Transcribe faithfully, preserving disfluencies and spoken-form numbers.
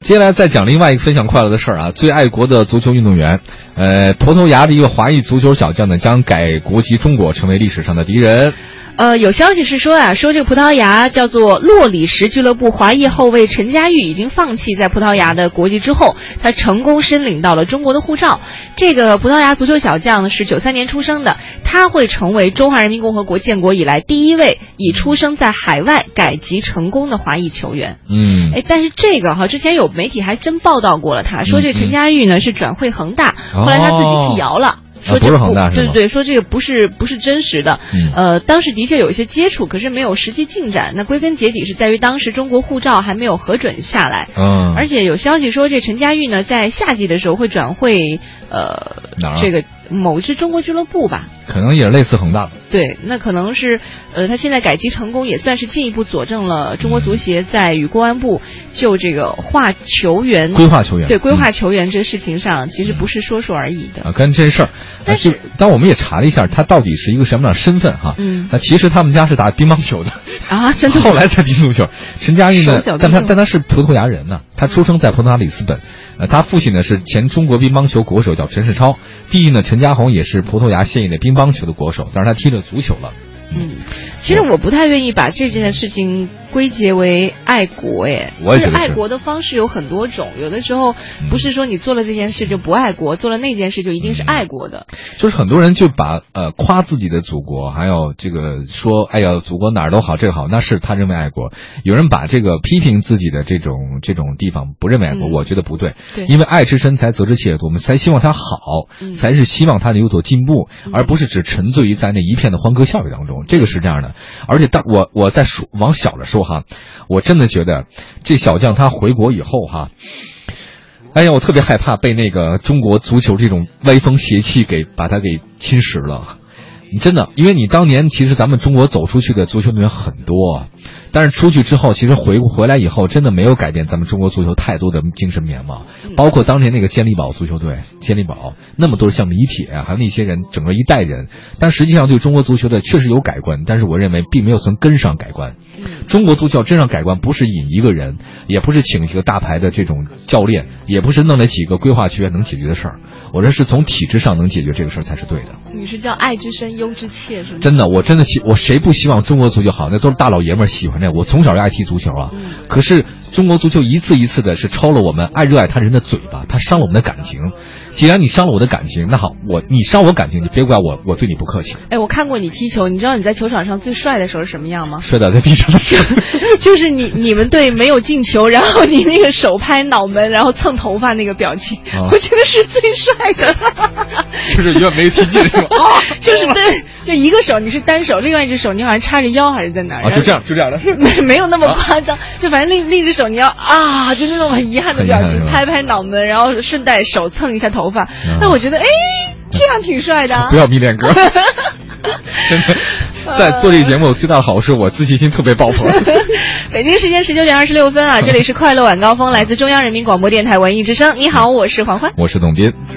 接下来再讲另外一个分享快乐的事儿啊，最爱国的足球运动员，呃，葡萄牙的一个华裔足球小将呢，将改国籍中国，成为历史上的敌人。 呃，有消息是说啊，说这个葡萄牙叫做洛里什俱乐部华裔后卫陈佳玉已经放弃在葡萄牙的国籍之后，他成功申领到了中国的护照。这个葡萄牙足球小将呢是九三年出生的，他会成为中华人民共和国建国以来第一位以出生在海外改籍成功的华裔球员。 嗯， 哎，但是这个哈，之前有媒体还真报道过了他，说这陈佳玉呢是转会恒大， 哦、 后来他自己辟谣了。说这不是恒大是吗？ 对对，说这个不是不是真实的。 嗯、 呃，当时的确有一些接触，可是没有实际进展。那归根结底是在于当时中国护照还没有核准下来。 嗯， 而且有消息说，这陈佳玉呢在夏季的时候会转会呃这个某支中国俱乐部吧。 可能也是类似恒大。 对，那可能是呃，他现在改籍成功，也算是进一步佐证了中国足协在与公安部就这个划球员、 规划球员对规划球员这个事情上，嗯、其实不是说说而已的啊。跟这事儿，但是当我们也查了一下，他到底是一个什么样的身份哈？ 嗯， 那其实他们家是打乒乓球的啊，真的。 后来才踢足球。陈佳玉呢，但他但他是葡萄牙人呢，他出生在葡萄牙里斯本。呃，他父亲呢是前中国乒乓球国手，叫陈世超。弟弟呢陈家宏也是葡萄牙现役的乒乓球的国手，但是他踢了足球了。 嗯，其实我不太愿意把这件事情归结为爱国，哎， 我也觉得是。 爱国的方式有很多种，有的时候不是说你做了这件事就不爱国，嗯、做了那件事就一定是爱国的。 就是很多人就把呃夸自己的祖国，还有这个说哎呀祖国哪儿都好，这个好，那是他认为爱国。有人把这个批评自己的这种这种地方不认为爱国，嗯、我觉得不对。 对， 因为爱之深才责之切，我们才希望他好， 嗯、 才是希望他有所进步，嗯、而不是只沉醉于在那一片的欢歌笑语当中。这个是这样的。而且当我我在说往小了说哈，我真的觉得这小将他回国以后哈，哎呀，我特别害怕被那个中国足球这种歪风邪气给把他给侵蚀了。你真的，因为你当年其实咱们中国走出去的足球运动员很多，但是出去之后，其实回回来以后，真的没有改变咱们中国足球太多的精神面貌。包括当年那个健力宝足球队，健力宝那么多像李铁，还有那些人，整个一代人，但实际上对中国足球的确实有改观，但是我认为并没有从根上改观。中国足球真上改观，不是引一个人，也不是请几个大牌的这种教练，也不是弄来几个规划球员能解决的事儿。我这是从体制上能解决这个事儿才是对的。 你是叫爱之深忧之切是吗？ 真的，我真的希我谁不希望中国足球好？那都是大老爷们儿喜欢这。我从小就爱踢足球啊， 嗯、 可是中国足球一次一次的是抽了我们爱热爱他人的嘴巴，他伤了我们的感情。既然你伤了我的感情，那好，我你伤我感情，你别怪我，我对你不客气。 哎，我看过你踢球，你知道你在球场上最帅的时候是什么样吗？ 摔倒在地上的时候， 就是你你们队没有进球，然后你那个手拍脑门，然后蹭头发那个表情，哦、我觉得是最帅的。 就是永远没踢进是吧？ 啊，就是对，就一个手你是单手，另外一只手你好像叉着腰还是在哪儿？ 啊，就这样，就这样的， 没没有那么夸张，啊、就反正另另一只手你要啊，就那种很遗憾的表情，拍拍脑门，然后顺带手蹭一下头发。嗯、那我觉得，哎，这样挺帅的、啊。 不要迷恋哥。真的，在做这个节目最大的好是我自信心特别爆棚。 北京时间十九点二十六分啊，这里是快乐晚高峰，来自中央人民广播电台文艺之声。你好，我是黄欢， 我是董斌。